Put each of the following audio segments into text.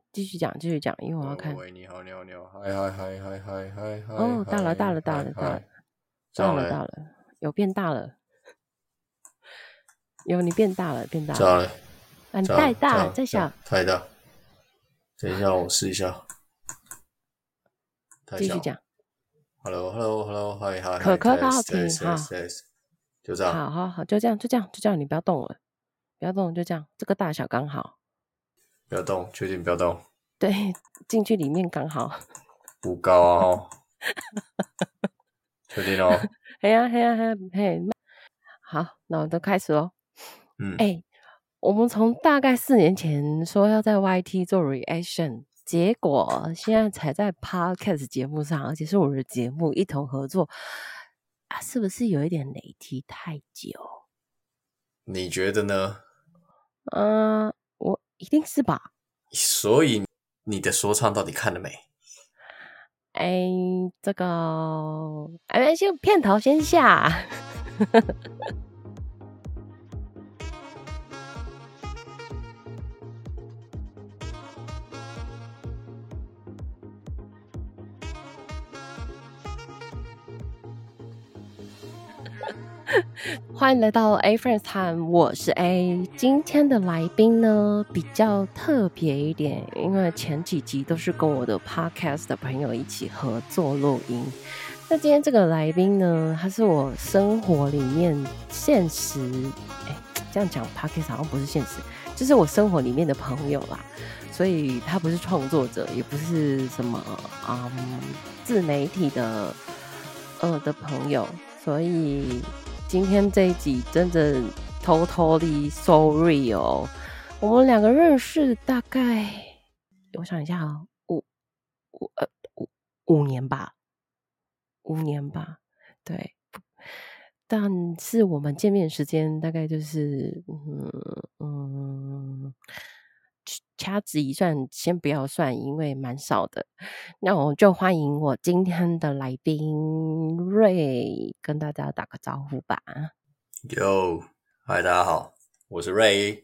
继续讲，因为我要看。 喂，你好，嗨， 哦，到了，有变大了，有你变大了， 这样嘞， 你太大，再小， 太大。等一下，我试一下。太小。 继续讲。 Hello，嗨， 可好听，好， 就这样。 好，就这样，你不要动了，就这样，这个大小刚好。 不要动，确定不要动。 对，进去里面刚好。 不高啊哦。确定哦。 嘿，好，那我都开始咯。我们从大概4年前说要在 YT 做 reaction， 结果现在才在 podcast 节目上，而且是我的节目一同合作啊，是不是有一点累积太久？ 你觉得呢？ 我一定是吧。 所以你的说唱到底看了没？ 这个先片头先下。欢迎来到 A Friends Time， 我是 A。今天的来宾呢比较特别一点，因为前几集都是跟我的 podcast 的朋友一起合作录音。那今天这个来宾呢，他是我生活里面现实，这样讲 podcast 好像不是现实，就是我生活里面的朋友啦。所以他不是创作者，也不是什么自媒体的朋友，所以今天这一集真的 totally so real。我们两个认识大概，我想一下啊，5年吧，5年吧，对。但是我们见面时间大概就是掐指一算，先不要算，因为蛮少的。那我就欢迎我今天的来宾瑞，跟大家打个招呼吧。 Yo， 嗨，大家好，我是瑞。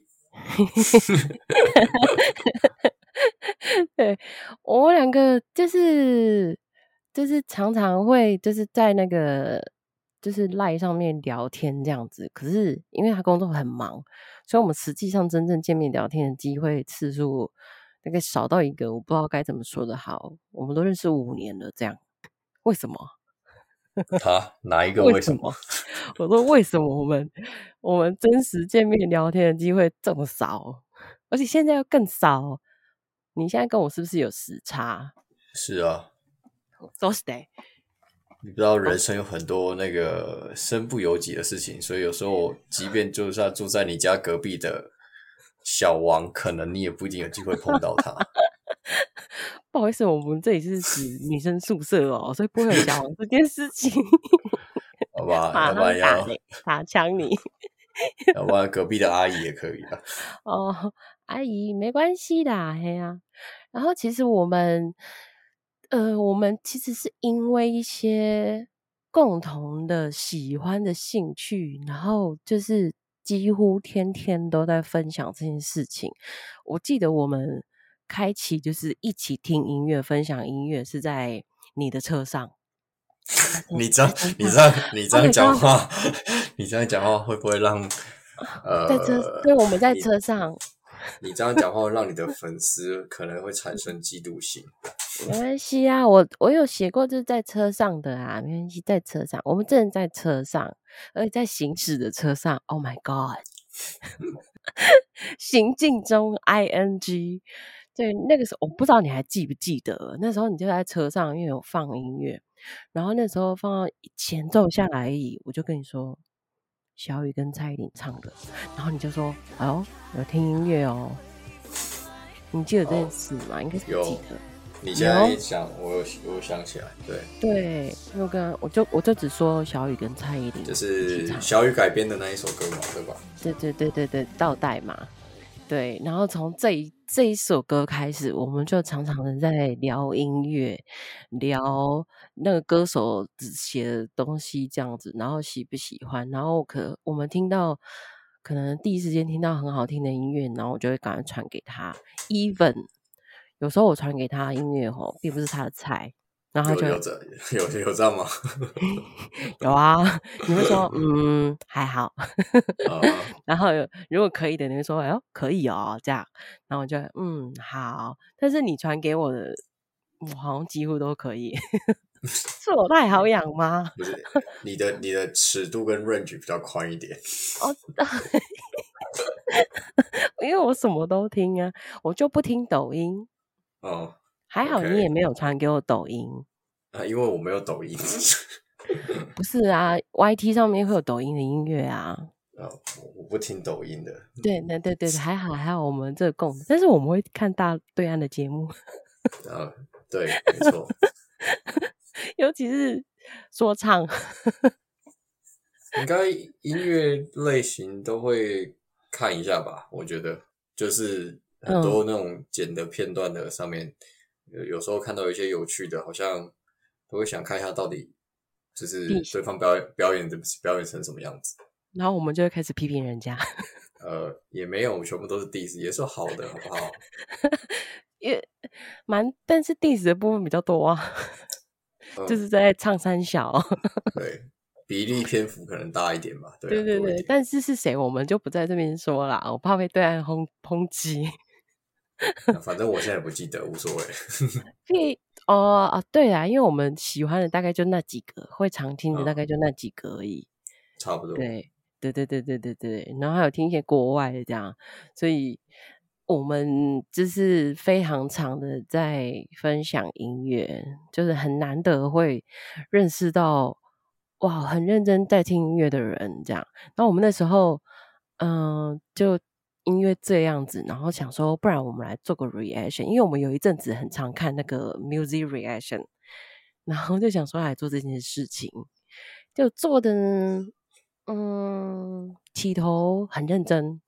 对，我们两个就是常常会就是在那个就是 LINE 上面聊天这样子，可是因为他工作很忙，所以我们实际上真正见面聊天的机会次数大概少到一个，我不知道该怎么说的好。我们都认识5年了，这样为什么？ 哪一个为什么？ 我说为什么我们真实见面聊天的机会这么少，而且现在又更少。你现在跟我是不是有时差？ 是啊。 So stay。 你不知道人生有很多那个身不由己的事情，所以有时候即便就算住在你家隔壁的小王，可能你也不一定有机会碰到他。 不好意思，我们这里是指女生宿舍哦，所以不会有小王这件事情。 好吧， 马上打枪你。 要不然隔壁的阿姨也可以啊。 阿姨没关系啦，嘿呀。然后其实我们其实是因为一些共同的喜欢的兴趣，然后就是几乎天天都在分享这件事情。我记得我们开启就是一起听音乐、分享音乐是在你的车上。 你这样讲话，你这样讲话会不会让对，我们在车上。 你这样讲话让你的粉丝可能会产生嫉妒心。 没关系啊，我有写过就是在车上的啊，没关系，在车上，我们真的在车上，而且在行驶的车上。Oh my god， 行进中 ing。对，那个时候我不知道你还记不记得，那时候你就在车上，因为有放音乐，然后那时候放到前奏下来而已，我就跟你说小雨跟蔡依林唱的，然后你就说哎呦有听音乐哦。你记得这件事吗？应该是不记得。 你现在一讲，我有想起来， 对，我就只说小雨跟蔡依林， 就是小雨改编的那一首歌嘛，对吧？ 对，倒带嘛，对。然后从这一首歌开始，我们就常常的在聊音乐，聊那个歌手写的东西这样子，然后喜不喜欢，然后我们听到可能第一时间听到很好听的音乐，然后我就会赶快传给他。Even 有时候我传给他音乐吼，并不是他的菜，然后他就有这样吗？ 有啊，你会说还好， 啊， 然后如果可以的，你会说哎呦可以哦这样，然后我就好，但是你传给我的，我好像几乎都可以，是我太好养吗？ 不是，你的尺度跟 range 比较宽一点。 哦，因为我什么都听啊，我就不听抖音。 哦还好你也 ，OK， 没有传给我抖音。 因为我没有抖音。 不是啊，YT 上面会有抖音的音乐啊。 我不听抖音的。 对，还好我们这个共，但是我们会看对岸的节目， 对，没错。 尤其是说唱。 应该音乐类型都会看一下吧，我觉得就是很多那种剪的片段的上面，有时候看到有一些有趣的，好像都会想看一下到底就是对方表演成什么样子。 然后我们就会开始批评人家， 也没有全部都是 diss，也是好的，好不好？ 也但是 diss 的部分比较多啊，就是在唱三小。 对，比例篇幅可能大一点吧，对啊， 对， 多一点。 但是谁我们就不在这边说啦，我怕被对岸抨击。 反正我现在也不记得，无所谓。 对啊，因为我们喜欢的大概就那几个，会常听的大概就那几个而已。 差不多。 对，然后还有听一些国外的这样，所以我们就是非常常的在分享音乐，就是很难得会认识到哇，很认真在听音乐的人这样。那我们那时候，就音乐这样子，然后想说，不然我们来做个 reaction，因为我们有一阵子很常看那个 music reaction，然后就想说来做这件事情，就做的呢。起头很认真，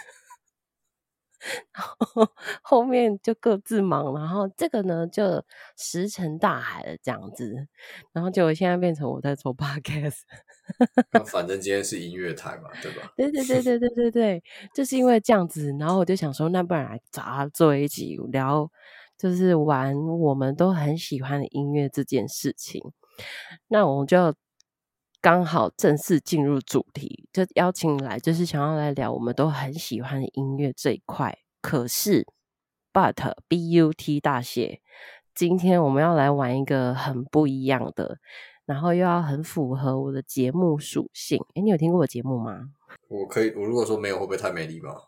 然后后面就各自忙，然后这个呢就石沉大海了这样子，然后结果现在变成我在做 podcast。 反正今天是音乐台嘛，对吧？ 对，就是因为这样子，然后我就想说，那不然来找他做一集聊，就是玩我们都很喜欢的音乐这件事情。那我们就刚好正式进入主题，就邀请来，就是想要来聊我们都很喜欢的音乐这一块。可是，but 大写，今天我们要来玩一个很不一样的。然后又要很符合我的节目属性。诶，你有听过我节目吗？ 我如果说没有，会不会太没礼貌？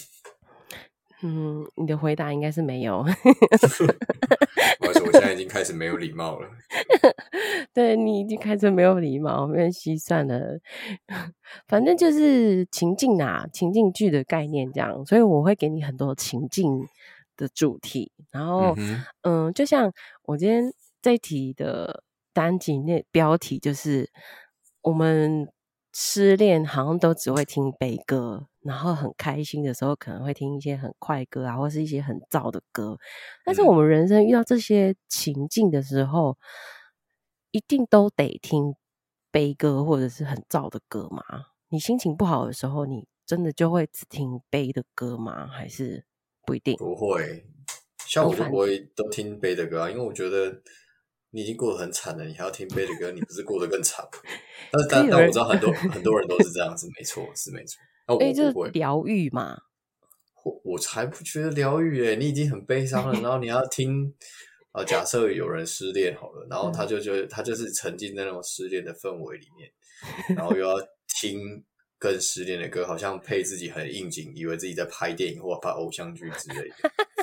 你的回答应该是没有。 不好意思，我现在已经开始没有礼貌了。 对，你已经开始没有礼貌，没关系，算了。反正就是情境啊，情境剧的概念这样，所以我会给你很多情境的主题。然后，就像我今天这一题的单集标题就是我们失恋好像都只会听悲歌，然后很开心的时候可能会听一些很快歌啊，或是一些很燥的歌。但是我们人生遇到这些情境的时候，一定都得听悲歌或者是很燥的歌吗？你心情不好的时候，你真的就会只听悲的歌吗？还是不一定？ 不会，像我就不会都听悲的歌啊，因为我觉得你已经过得很惨了，你还要听悲的歌，你不是过得更惨吗？但我知道很多人都是这样子，没错，是没错。那我就是不会， 疗愈嘛。 我才不觉得疗愈诶，你已经很悲伤了，然后你要听假设有人失恋好了，然后他就是沉浸在那种失恋的氛围里面，然后又要听更失恋的歌，好像配自己很应景，以为自己在拍电影或拍偶像剧之类的。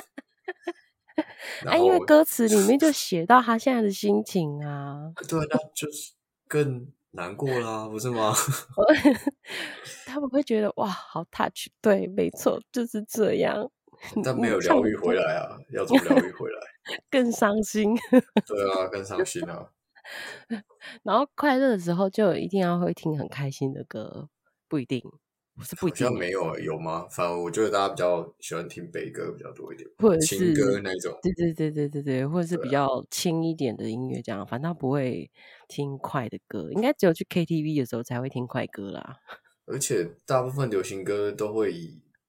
然后因为歌词里面就写到他现在的心情啊。 对，那就是更难过啦，不是吗？ 他们会觉得哇，好 touch，对，没错，就是这样。 但没有唱疗愈回来啊，要怎么疗愈回来？ 更伤心。 对啊，更伤心啊。 然后快乐的时候就一定要会听很开心的歌，不一定，不一好像定没有有吗？反而我觉得大家比较喜欢听悲歌比较多一点， 或者情是歌那种。 对，或者是比较轻一点的音乐这样，反正他不会听快的歌，应该只有去 KTV 的时候才会听快歌啦。 而且大部分流行歌都会以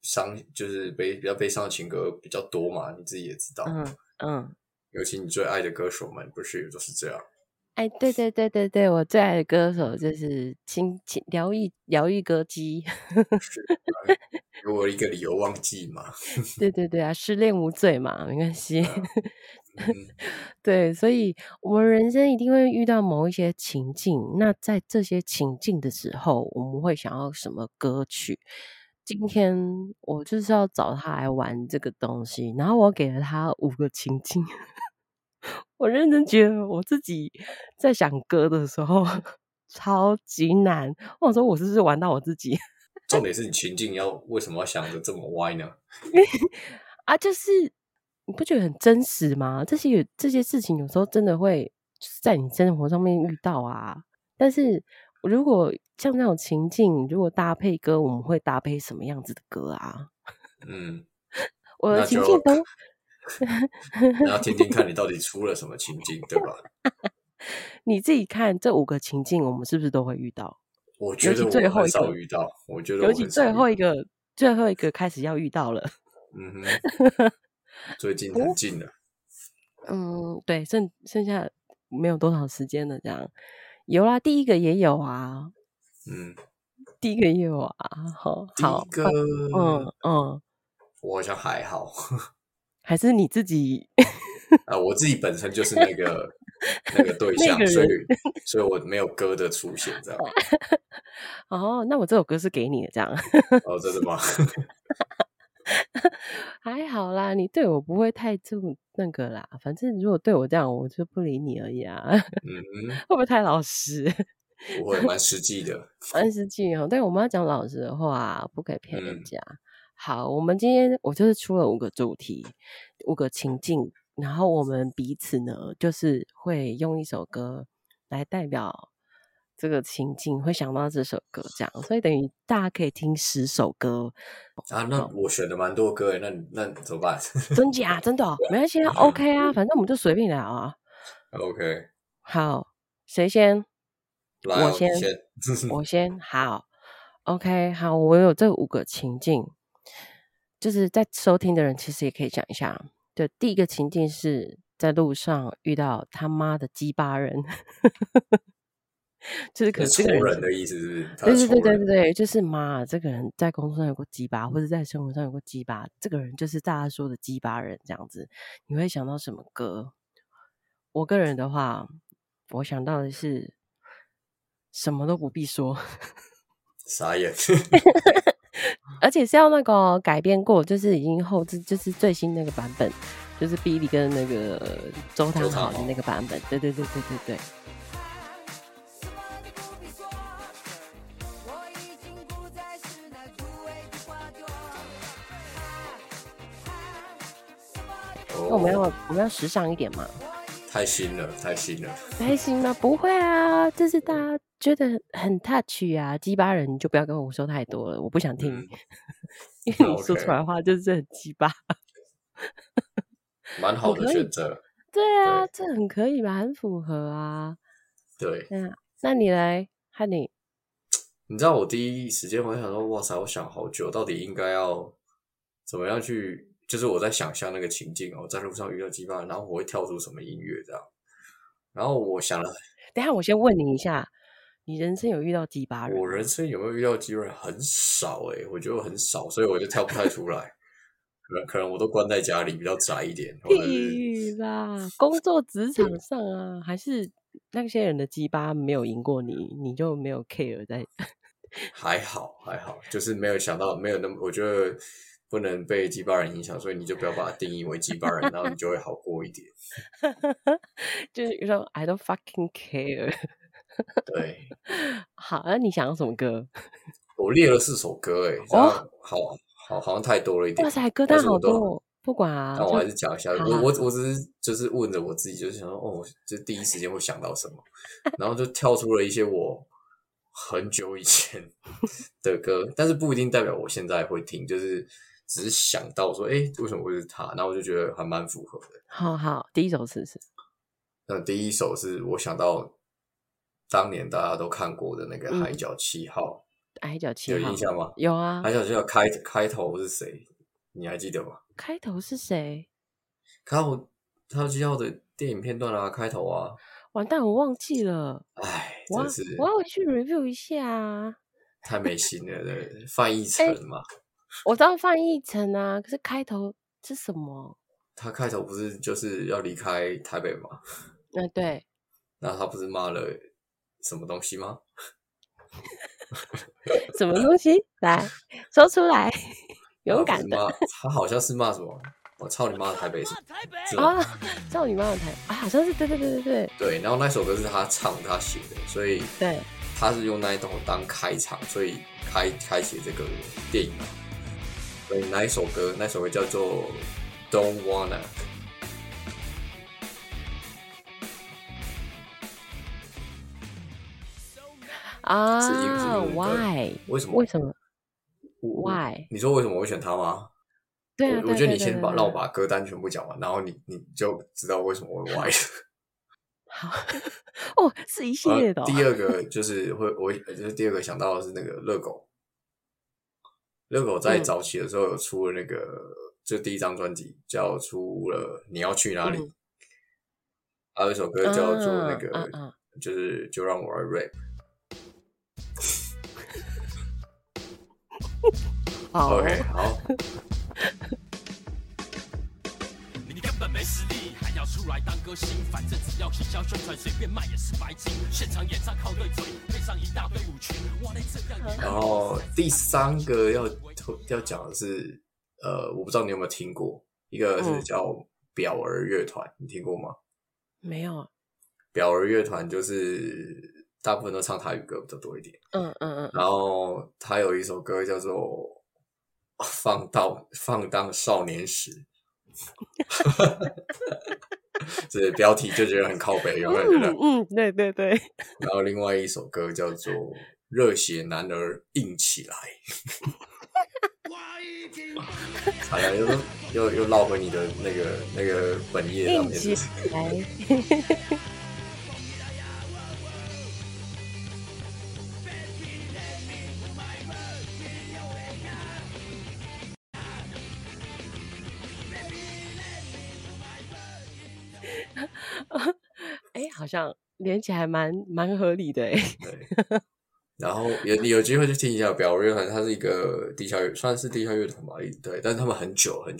就是比较悲伤的情歌比较多嘛，你自己也知道。尤其你最爱的歌手们不是也都是这样？ 哎，对对对对对，我最爱的歌手就是疗愈歌姬。 是，给我一个理由忘记嘛。 对对对啊，失恋无罪嘛，没关系。 嗯对，所以我们人生一定会遇到某一些情境，那在这些情境的时候，我们会想要什么歌曲？今天我就是要找他来玩这个东西，然后我给了他5个情境。我认真觉得我自己在想歌的时候超级难，我想说我是不是玩到我自己？ 重点是你情境为什么要想的这么歪呢？ 啊，就是你不觉得很真实吗？这些事情有时候真的会在你生活上面遇到啊。但是如果像这种情境，如果搭配歌，我们会搭配什么样子的歌啊？ 嗯， 我的那就情境都要听听看你到底出了什么情境，对吧？ 你自己看这5个情境，我们是不是都会遇到？ 我觉尤其得我很最后一个， 少遇到，我觉得尤其我很少遇到。 最后一个开始要遇到了。 嗯哼，最近很近了。 对，剩下没有多少时间了，这样有啦，第一个也有啊， 嗯， 第一个也有啊，好， 第一个我好像还好。 还是你自己我自己本身就是那个对象， 那个人所以我没有歌的出现，这样。 哦，那我这首歌是给你的，这样哦，真的吗？ 还好啦，你对我不会太那个啦，反正如果对我这样，我就不理你而已啊， 嗯， 会不会太老实？ 不会，蛮实际的。 蛮实际哦，对，我们要讲老实的话，不可以骗人嗯家。好，我们今天我就是出了5个主题，5个情境，然后我们彼此呢，就是会用一首歌来代表这个情境，会想到这首歌这样，所以等于大家可以听10首歌。 那我选的蛮多歌诶，那怎么办？ 真假真的哦，没关系啊，OK 啊，反正我们就随便聊啊。 OK， 好，谁先？ 来哦， 我先， 你先。 我先。好，OK，好，我有这5个情境，就是在收听的人其实也可以讲一下。就第一个情境是在路上遇到他妈的鸡巴人，就是可是能这个人仇人的意思是不是？他对对对的仇人。 对对对，就是妈，这个人在工作上有过鸡巴，或者在生活上有过鸡巴，这个人就是大家说的鸡巴人这样子。你会想到什么歌？我个人的话，我想到的是什么都不必说。 傻眼。 而且是要那个改编过，就是已经后置，就是最新那个版本，就是 Billy 跟那个周汤豪的那个版本。对对对对对对。那我们要时尚一点嘛？ 太新了，太新了。 还行吗？不会啊，就是大家觉得很 touch 啊，鸡巴人你就不要跟我说太多了，我不想听，因为你说出来的话就是很鸡巴。 蛮好的选择。 对啊，这很可以吧，很符合啊。 对， 那你来，和你， 你知道我第一时间我想说，哇塞，我想好久，到底应该要怎么样去，就是我在想象那个情境哦，在路上遇到鸡巴人，然后我会跳出什么音乐这样。然后我想了， 等一下我先问你一下，你人生有遇到鸡巴人吗？ 我人生有没有遇到鸡巴人很少我觉得很少，所以我就跳不太出来。可能我都关在家里比较宅一点，或者是屁啦，工作职场上啊，还是那些人的鸡巴没有赢过你，你就没有 care 在。 还好，就是没有想到，没有那么，我觉得不能被鸡巴人影响，所以你就不要把它定义为鸡巴人，然后你就会好过一点。 就是说 I don't fucking care。 对， 好，那你想要什么歌？ 我列了4首歌，这样好像太多了一点。 哇塞，歌单但是我都， 好多哦，不管啊， 但我还是讲一下。 好我只是就是问着我自己，就是想说，哦，就第一时间会想到什么，然后就跳出了一些我很久以前的歌，但是不一定代表我现在会听，就是只是想到说，为什么会是他？然后我就觉得还蛮符合的。 好，第一首是。 那第一首是我想到当年大家都看过的那个《海角七号》。 海角七有号印象吗？ 有啊。 海角七号开头是谁？你还记得吗？ 开头是谁？ 海角七号的电影片段啊，开头啊。 完蛋，我忘记了。 哎， 我真是要回去 review 一下啊。 太没心了，对，范逸臣嘛。 我知道范逸臣啊，可是开头是什么？ 他开头不是就是要离开台北吗？ 对。 那他不是骂了什么东西吗？ 什么东西？来说出来，勇敢的。 他好像是骂什么？我操你妈的台北！ 啊，操你妈的台啊，好像是对。 对，然后那首歌是他唱他写的，所以对， 他是用那一首当开场，所以开启这个电影嘛。所以那首歌叫做 Don't Wanna。 啊 ，Why？ 为什么 ？Why？ 你说为什么我会选他吗？ 对啊， 我觉得你先让我把歌单全部讲完，然后你就知道为什么我会 Why。 好，哦，是一系列的。 第二个就是就是第二个想到的是那个热狗。热狗在早期的时候有出了那个，就第一张专辑叫出了你要去哪里，还有一首歌叫做那个，就是就让我来 rap。 好 OK， 好。 你根本没实力，还要出来当歌星，反正只要行销宣传，随便卖也是白金。现场演唱靠对嘴，配上一大堆舞群，哇，这样。 然后第三个要讲的是，我不知道你有没有听过，一个是叫表儿乐团，你听过吗？ 没有。 表儿乐团就是大部分都唱台语歌比较多一点。然后他有一首歌叫做放荡少年时。这标题就觉得很靠北，有没有觉得？ 对。 然后另外一首歌叫做《热血男儿硬起来》。哎呀，又绕回你的那个本业上面。 硬起来。好像连起来蛮合理的。 对。然后有机会去听一下表儿乐团，它是一个算是地下乐团吧，对，但是他们很久了。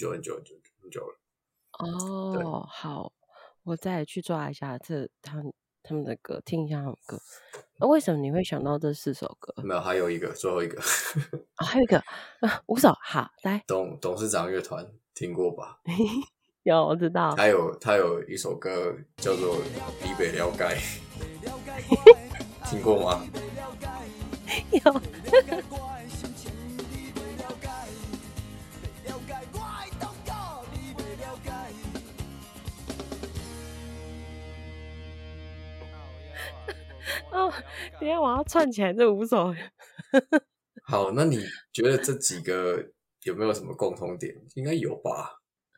哦，好，我再去抓一下他们的歌，听一下他们歌。为什么你会想到这4首歌？ 没有，还有一个，最后一个。 还有一个5首，好，来。 董事长乐团听过吧？ 有，我知道。 他有一首歌叫做《李北了解》。听过吗？ 有。等一下我要串起来这5首。 好，那你觉得这几个有没有什么共同点？应该有吧。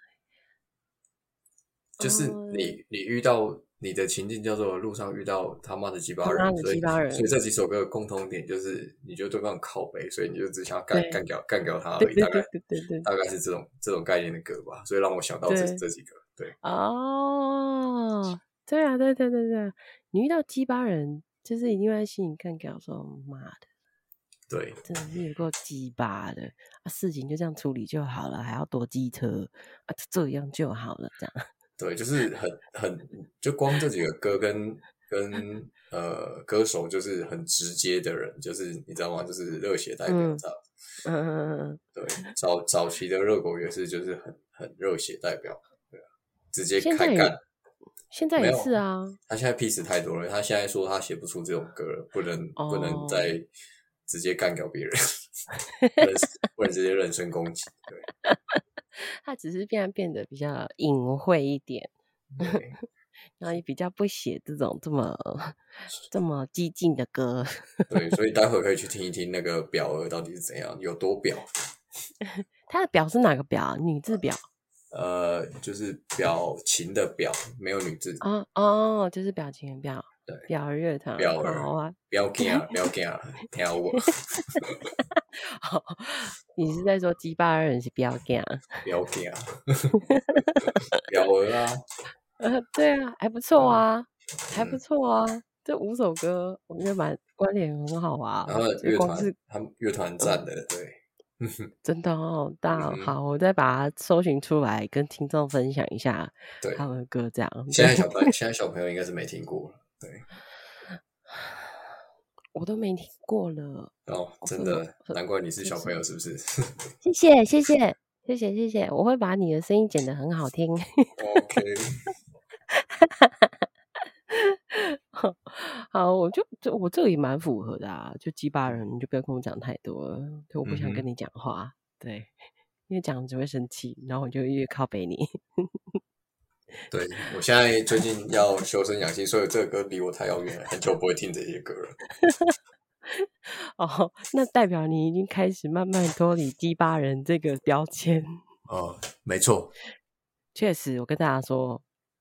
就是你遇到你的情境叫做路上遇到他妈的鸡巴人，所以这几首歌的共同点就是你觉得对方很靠北，所以你就只想要干掉他而已。大概是这种概念的歌吧，所以让我想到这几个。对。 哦，对啊，对。你遇到鸡巴人，就是一定会心里干掉说妈的。 对， 真的是有够鸡巴的事情就这样处理就好了，还要躲机车这样就好了，这样。对， 就是就光这几个歌跟歌手就是很直接的人，就是你知道吗？就是热血代表这样。对，早期的热狗也是，就是很热血代表，对啊，直接开干。 现在也是啊。 他现在屁事太多了，他现在说他写不出这种歌了，不能再直接干掉别人，不能直接人身攻击。对。 他只是变得比较隐晦一点。然后也比较不写这种这么激进的歌。 对，所以待会可以去听一听那个表儿到底是怎样，有多表。 他的表是哪个表？女字表？ 就是表情的表，没有女字。 就是表情的表。 对， 表儿乐团， 表儿， 好啊。 不要惊，不要惊，听我， 你是在说鸡巴二人是不要这样？ 不要惊，表儿啊， 对啊，还不错啊，还不错啊。这5首歌，我觉得关联很好啊。 然后就光是他们乐团赞的，对， 真的哦， 嗯好，我再把它搜寻出来，跟听众分享一下对， 他们的歌，这样。 现在小朋友应该是没听过了，对， 我都没听过了。 哦，真的，难怪你是小朋友，是不是谢谢，我会把你的声音剪得很好听。 ？OK， 好，我这个也蛮符合的啊，就鸡巴人，你就不要跟我讲太多了，就我不想跟你讲话，对，因为讲只会生气，然后我就越靠北你。 对，我现在最近要修身养性，所以这个歌离我太遥远了，很久不会听这些歌了。 哦，那代表你已经开始慢慢脱离鸡巴人这个标签。 哦，没错， 确实，我跟大家说，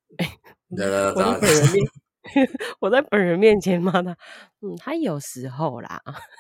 我在本人面前骂他，他有时候啦，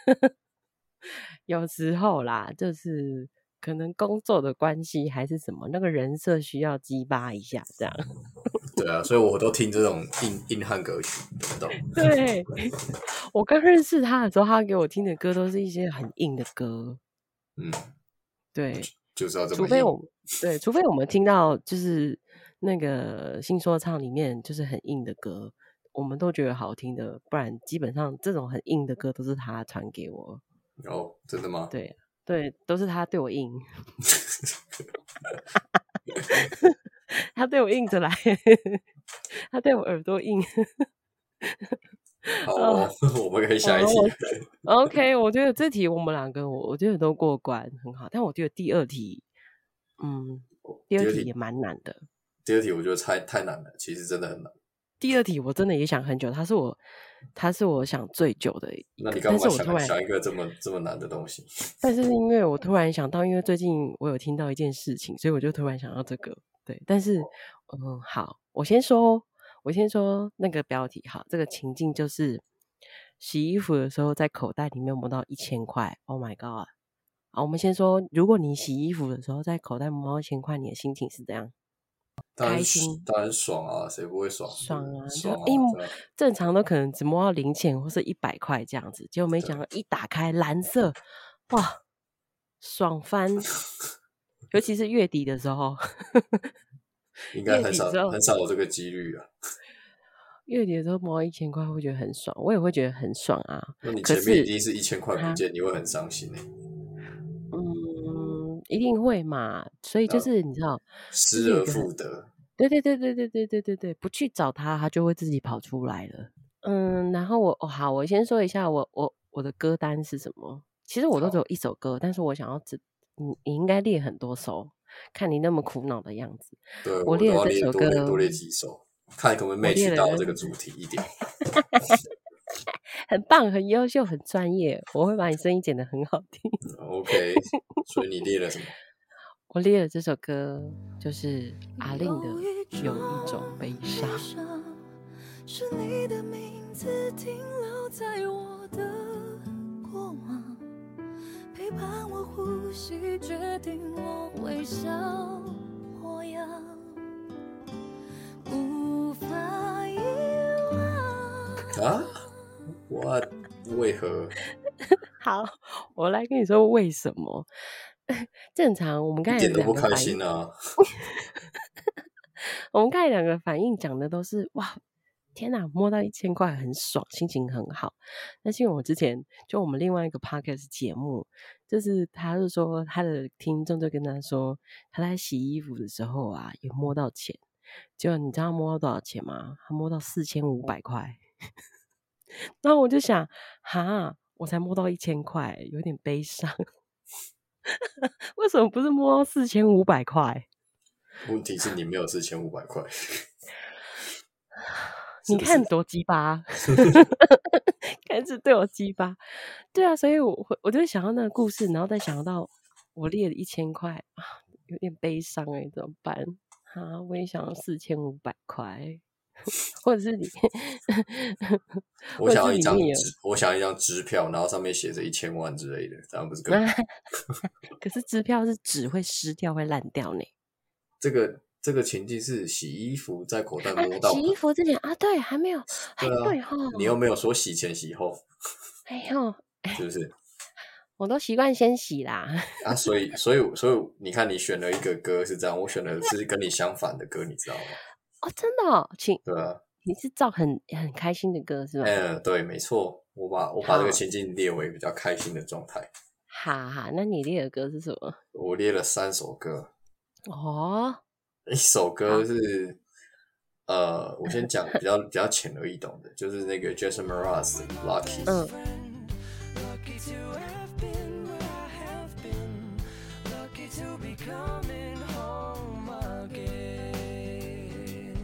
有时候啦，就是可能工作的关系还是什么，那个人设需要激巴一下，这样。 对啊，所以我都听这种硬汉歌曲，懂不懂？ 对，我刚认识他的时候，他给我听的歌都是一些很硬的歌。对， 就是要这么硬。 除非我们听到就是那个新说唱里面就是很硬的歌，我们都觉得好听的，不然基本上这种很硬的歌都是他传给我。 哦，真的吗？ 对，都是他对我硬。他对我硬着来，他对我耳朵硬。 好哦，我们可以下一题。 OK， 我觉得这题我们两个我觉得都过关很好，但我觉得第二题也蛮难的。 第二题我觉得太难了，其实真的很难。 第二题我真的也想很久，它是我想最久的一个。 那你干嘛想一个这么难的东西？ 但是因为我突然想到，因为最近我有听到一件事情，所以我就突然想到这个。对，但是好，我先说那个标题。好，这个情境就是洗衣服的时候在口袋里面摸到1000块。Oh my god！ 好，我们先说，如果你洗衣服的时候在口袋摸到1000块，你的心情是怎样？开心， 当然爽啊，谁不会爽？ 爽啊！ 爽啊！ 正常都可能只摸到0钱或是100块这样子，结果没想到一打开蓝色，哇，爽翻！尤其是月底的时候， 应该很少有这个几率啊。 月底的时候摸到1000块，会觉得很爽，我也会觉得很爽啊。 那你前面已经是1000块不见，你会很伤心一定会嘛，所以就是你知道， 失而复得。 对，不去找他，他就会自己跑出来了。然后我先说一下我的歌单是什么。其实我都只有一首歌，但是我想要你应该列很多首，看你那么苦恼的样子。 对， 我列了这首歌， 多列几首，看可不可以 match 到这个主题一点。 很棒，很优秀，很专业，我会把你声音剪得很好听。 OK， 所以你列了什么？ 我列了这首歌，就是阿令的《有一种悲伤》。 是你的名字停留在我的过往，陪伴我呼吸，决定我微笑模样，无法遗忘。 啊？为何？ 好，我来跟你说为什么。正常我们刚才一点都不开心啊。 我们刚才两个反应讲的都是哇，天哪，摸到1000块很爽，心情很好。但是因为我之前就我们另外一个 podcast 节目，就是他是说他的听众就跟他说，他在洗衣服的时候啊，有摸到钱。结果你知道他摸到多少钱吗？他摸到4500块。然后我就想，我才摸到1000块，有点悲伤。为什么不是摸到4500块？ 问题是你没有4500块。 你看多鸡巴，开始对我鸡巴。对啊，所以我就想到那个故事，然后再想到我列了1000块有点悲伤怎么办？我也想要4500块。 或者是你我想要一张或者是里面有我想要一张支票，然后上面写着1000万之类的，这样不是更好？ 可是支票是纸会湿掉会烂掉呢。 这个情境是洗衣服在口袋摸到洗衣服之前啊，对，还没有，哎， 对啊， 对哈， 你又没有说洗前洗后， 哎呦， 是不是？ 我都习惯先洗啦。 啊，所以你看，你选了一个歌是这样，我选的是跟你相反的歌，你知道吗？ 哦，真的哦， 对啊， 你是照很开心的歌是吗？ 对，没错，我把这个情境列为比较开心的状态。 哈哈，那你列的歌是什么？ 我列了3首歌， 哦， 一首歌是我先讲比较浅而易懂的，就是那个 Jason Mraz 的 Lucky。 嗯。 Lucky to have been where I have been. Lucky to be coming home again.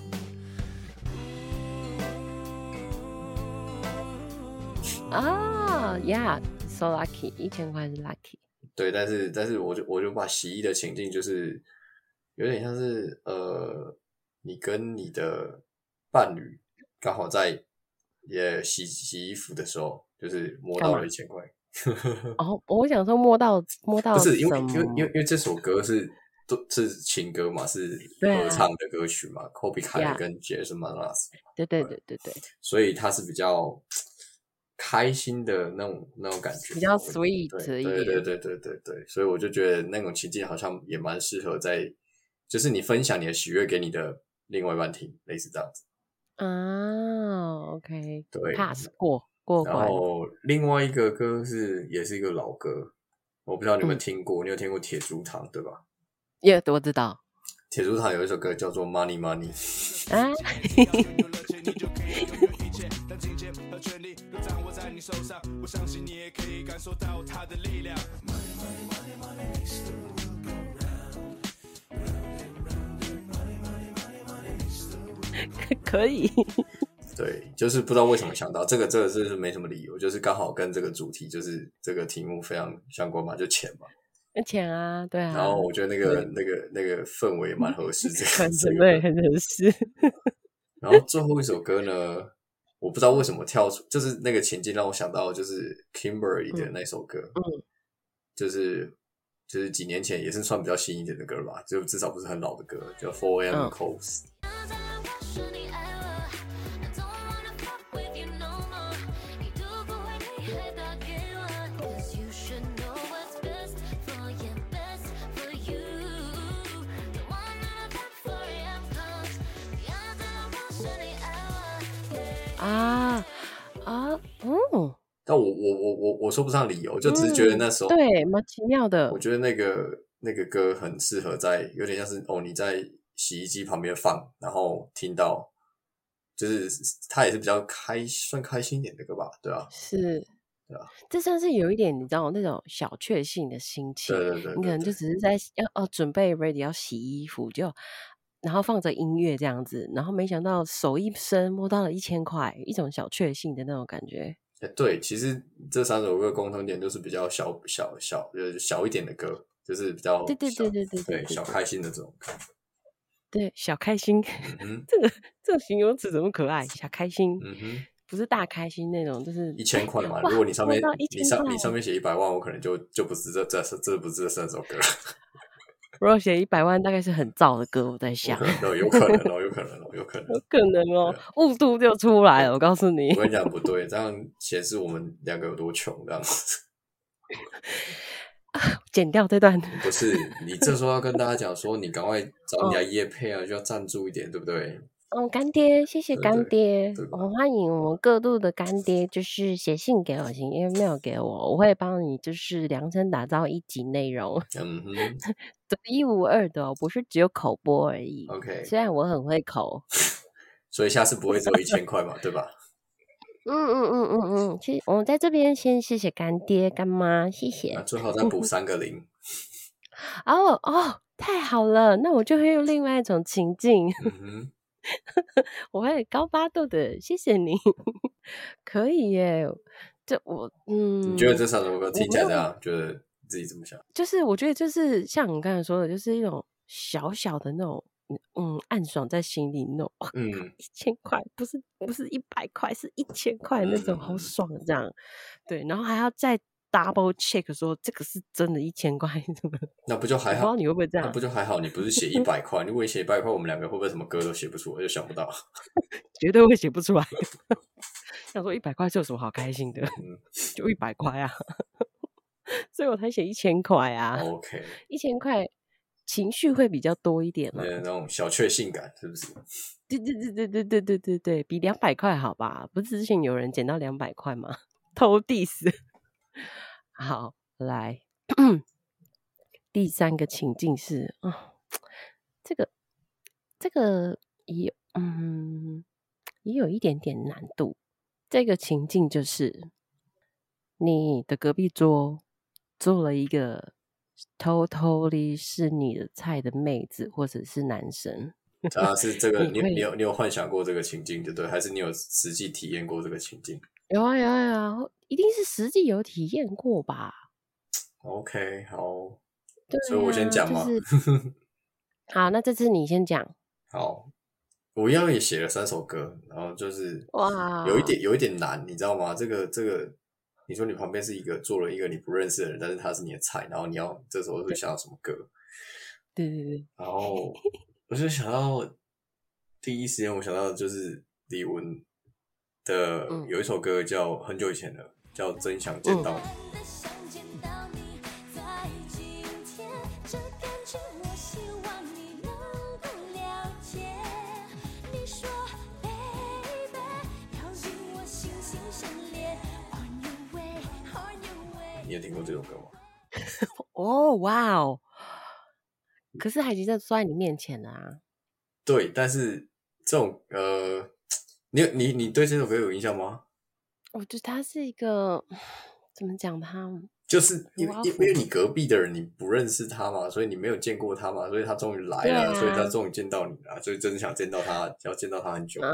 啊，Yeah，so lucky， 1000块是 lucky。 对，但是我就把洗衣的情境就是有点像是你跟你的伴侣刚好在洗衣服的时候，就是摸到了1000块。 哦，我想说摸到不是因什么？ 为这首歌是情歌嘛，是合唱的歌曲嘛 ，Kobe 凯尔跟 Jason Mraz。对， 所以它是比较开心的那种感觉， 比较 sweet 一点。 对，所以我就觉得那种情境好像也蛮适合就是你分享你的喜悦给你的另外一半听，类似这样子。 啊 ，OK， 对 ，pass 过关。 然后另外一个歌也是一个老歌，我不知道你有没有听过，你有听过铁竹堂对吧？ 我知道。 铁竹堂有一首歌叫做 Money Money。 啊。可以。 对，就是不知道为什么想到这个是没什么理由，就是刚好跟这个主题就是这个题目非常相关嘛，就钱嘛。 钱啊，对啊。 然后我觉得那个氛围也蛮合适， 对，很合适。 然后最后一首歌呢，我不知道为什么跳出，就是那个情境让我想到就是 Kimberly 的那首歌，就是几年前也是算比较新一点的歌吧，就至少不是很老的歌，叫 4am Calls。但我说不上理由，就只是觉得那时候对，蛮奇妙的。 我觉得那个歌很适合在有点像是你在洗衣机旁边放，然后听到，就是它也是比较算开心一点的歌吧，对啊， 是， 对啊， 这算是有一点你知道那种小确幸的心情。 对， 你可能就只是在准备 ready 要洗衣服，然后放着音乐这样子，然后没想到手一伸摸到了1000块，一种小确幸的那种感觉。 对，其实这3首歌共同点都是比较小一点的歌，就是比较对小开心的这种感觉。 对，小开心。这个形容词怎么可爱？小开心。不是大开心那种，就是 1000块嘛。如果你上面写100万，我可能就不是这不是这3首歌。 如果写100万，大概是很燥的歌，我在想。 有可能哦， 误度就出来了。我告诉你， 我跟你讲不对，这样显示我们2个有多穷，这样子。 剪掉这段。 不是，你这时候要跟大家讲说，你赶快找人家业配啊，就要赞助一点，对不对？ 干爹，谢谢干爹。我们欢迎我们各路的干爹，就是写信给我，email 给我，我会帮你就是量身打造1集内容。独一无二的，不是只有口播而已。 OK， 虽然我很会口， 所以下次不会只有1000块嘛，对吧？ 其实我们在这边先谢谢干爹干妈，谢谢。 最好再补3个0。 太好了，那我就会用另外一种情境。我会高八度的，谢谢你。可以耶， 你觉得这3首歌听起来怎样？觉得自己怎么想？ 就是我觉得就是像你刚才说的，就是一种小小的那种暗爽在心里那种，1000块不是100块，是1000块那种，好爽这样。对，然后还要再 double check 说这个是真的1000块， 那不就还好？ 我不知道你会不会这样？ 那不就还好？你不是写100块，如果你写100块，我们两个会不会什么歌都写不出来？就想不到， 绝对会写不出来。想说100块是有什么好开心的？就100块啊，所以我才写1000块啊。 OK， 1000块情绪会比较多一点嘛， 那种小确幸感是不是？ 对，比200块好吧？不是之前有人捡到200块吗？偷 diss。好，来第3个情境是这个也有一点点难度。这个情境就是你的隔壁桌坐了一个totally 是你的菜的妹子或者是男生。 是这个你有幻想过这个情境对不对？还是你有实际体验过这个情境？ 有啊，一定是实际有体验过吧。 OK， 好， 对所以我先讲嘛。 好，那这次你先讲。 好，我一样也写了3首歌，然后就是有一点难，你知道吗？这个，你说你旁边是坐了一个你不认识的人，但是他是你的菜，然后你要这时候会想到什么歌？ 对。 然后我就想到第一时间我想到的就是李玟的有一首歌叫很久以前的，叫《真想见到你》。你有听过这首歌吗？ 哦，哇哦！可是海吉在坐在你面前啊。 对，但是这种你对这首歌有印象吗？ 我觉得他是一个怎么讲他？ 就是因为你隔壁的人你不认识他嘛，所以你没有见过他嘛，所以他终于来了，所以他终于见到你了，所以真的想见到他，要见到他很久了。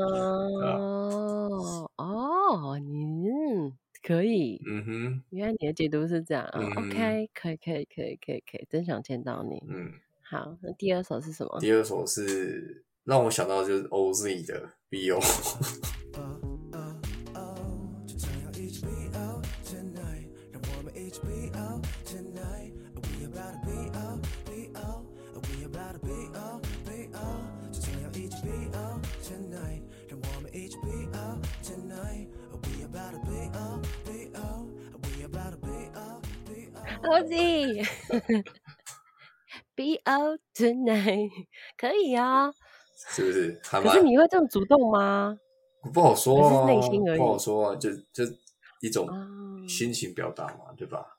可以，原来你的解读是这样，OK， 可以，真想见到你。好，那第2首是什么？ 第2首是让我想到就是 OZ 的 BO。 OZ BO tonight 可以啊， 是不是？ 可是你会这么主动吗？ 不好说啊， 还是内心而已？ 不好说啊，就一种心情表达嘛，对吧？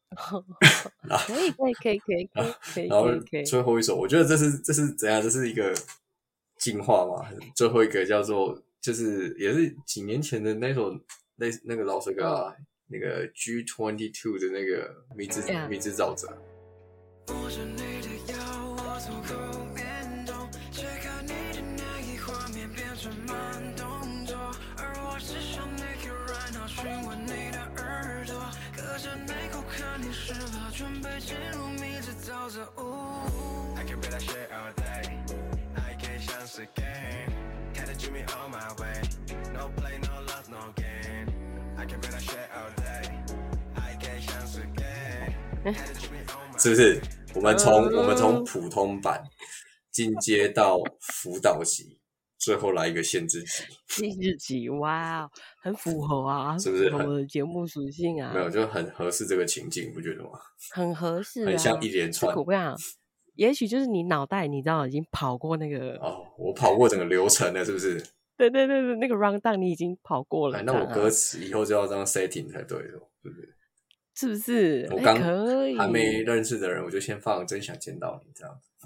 可以。 然后最后一首，我觉得这是怎样？这是一个进化嘛。最后一个叫做，就是也是几年前的那首那个老歌啊，那个 G22 的那个迷之沼泽。 握着你的腰，我从后面动，切开你的内衣，画面变成慢动作，而我只想你 right now， 亲吻你的耳朵，隔着内裤看你湿了，准备进入迷之沼泽。I can be that shit all day， I can 像是 game， 看得 Jimmy on my way，No play no love no game，I can be that shit all day，I can 像是 game， 看得 Jimmy on my way。 是不是？我们从普通版进阶到辅导级，最后来一个限制级。 限制级，哇，很符合啊， 是不是？ 符合我的节目属性啊。 没有，就很合适这个情境，不觉得吗？ 很合适啊， 很像一连串。 我跟你讲，也许就是你脑袋，你知道已经跑过那个我跑过整个流程了，是不是？ 对，那个 round down 你已经跑过了。 那我歌词以后就要这样 setting 才对，对不对？ 是不是？ 我刚可以还没认识的人，我就先放真想见到你这样子。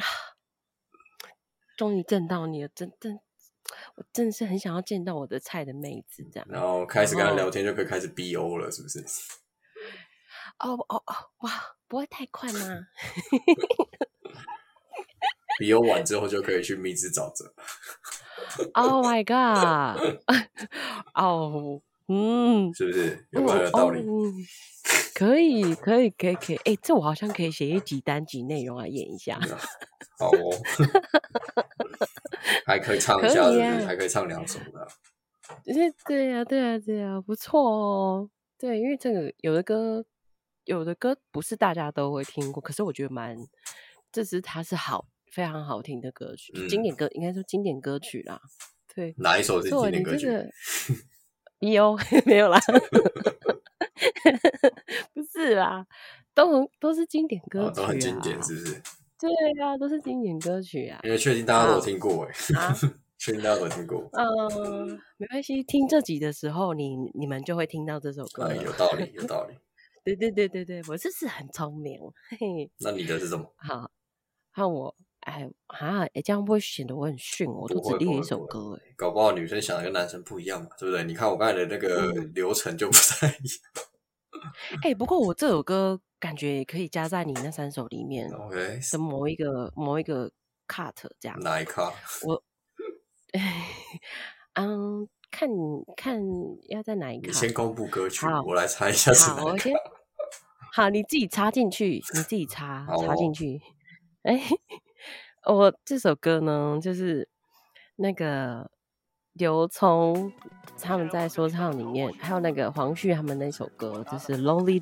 终于见到你了，我真的是很想要见到我的菜的妹子这样。 然后开始跟他聊天，就可以开始 BO 了，是不是？ 哇，不会太快吗 ？BO 完之后就可以去迷之沼泽。 Oh my god！ 是不是？有没有道理？ 可以，哎，这我好像可以写一集单集内容来演一下。 好哦，还可以唱一可下，是不是？ 以啊， 还可以唱2首的。 对呀，不错哦。对，因为这个有的歌不是大家都会听过，可是我觉得它是非常好听的歌曲，经典歌，应该说经典歌曲啦。对， 哪一首是经典你歌曲？ 这个 BO 没有啦，不是啦，都是经典歌曲都很经啊。 典，是不是？ 对啊，都是经典歌曲啊。 因为确定大家都有听过啊， 确定大家都有听过。 没关系，听这集的时候，你们就会听到这首歌了。 有道理，有道理。 对，我是很聪明，嘿嘿。 那你的是什么？ 好，看我，这样会不会显得我很逊？我都只列一首歌， 搞不好女生想的跟男生不一样嘛，对不对？你看我刚才的那个流程就不太一样。 不过我这首歌感觉也可以加在你那3首里面 ，OK， 的某一个 cut 这样。 哪一 cut？ 我，看要在哪一 cut？ 你先公布歌曲， 好， 我来猜一下是哪一 cut。 好，你自己插进去，插进去。我这首歌呢，就是那个刘聪他们在说唱里面，还有那个黄旭他们那首歌，就是《Lonely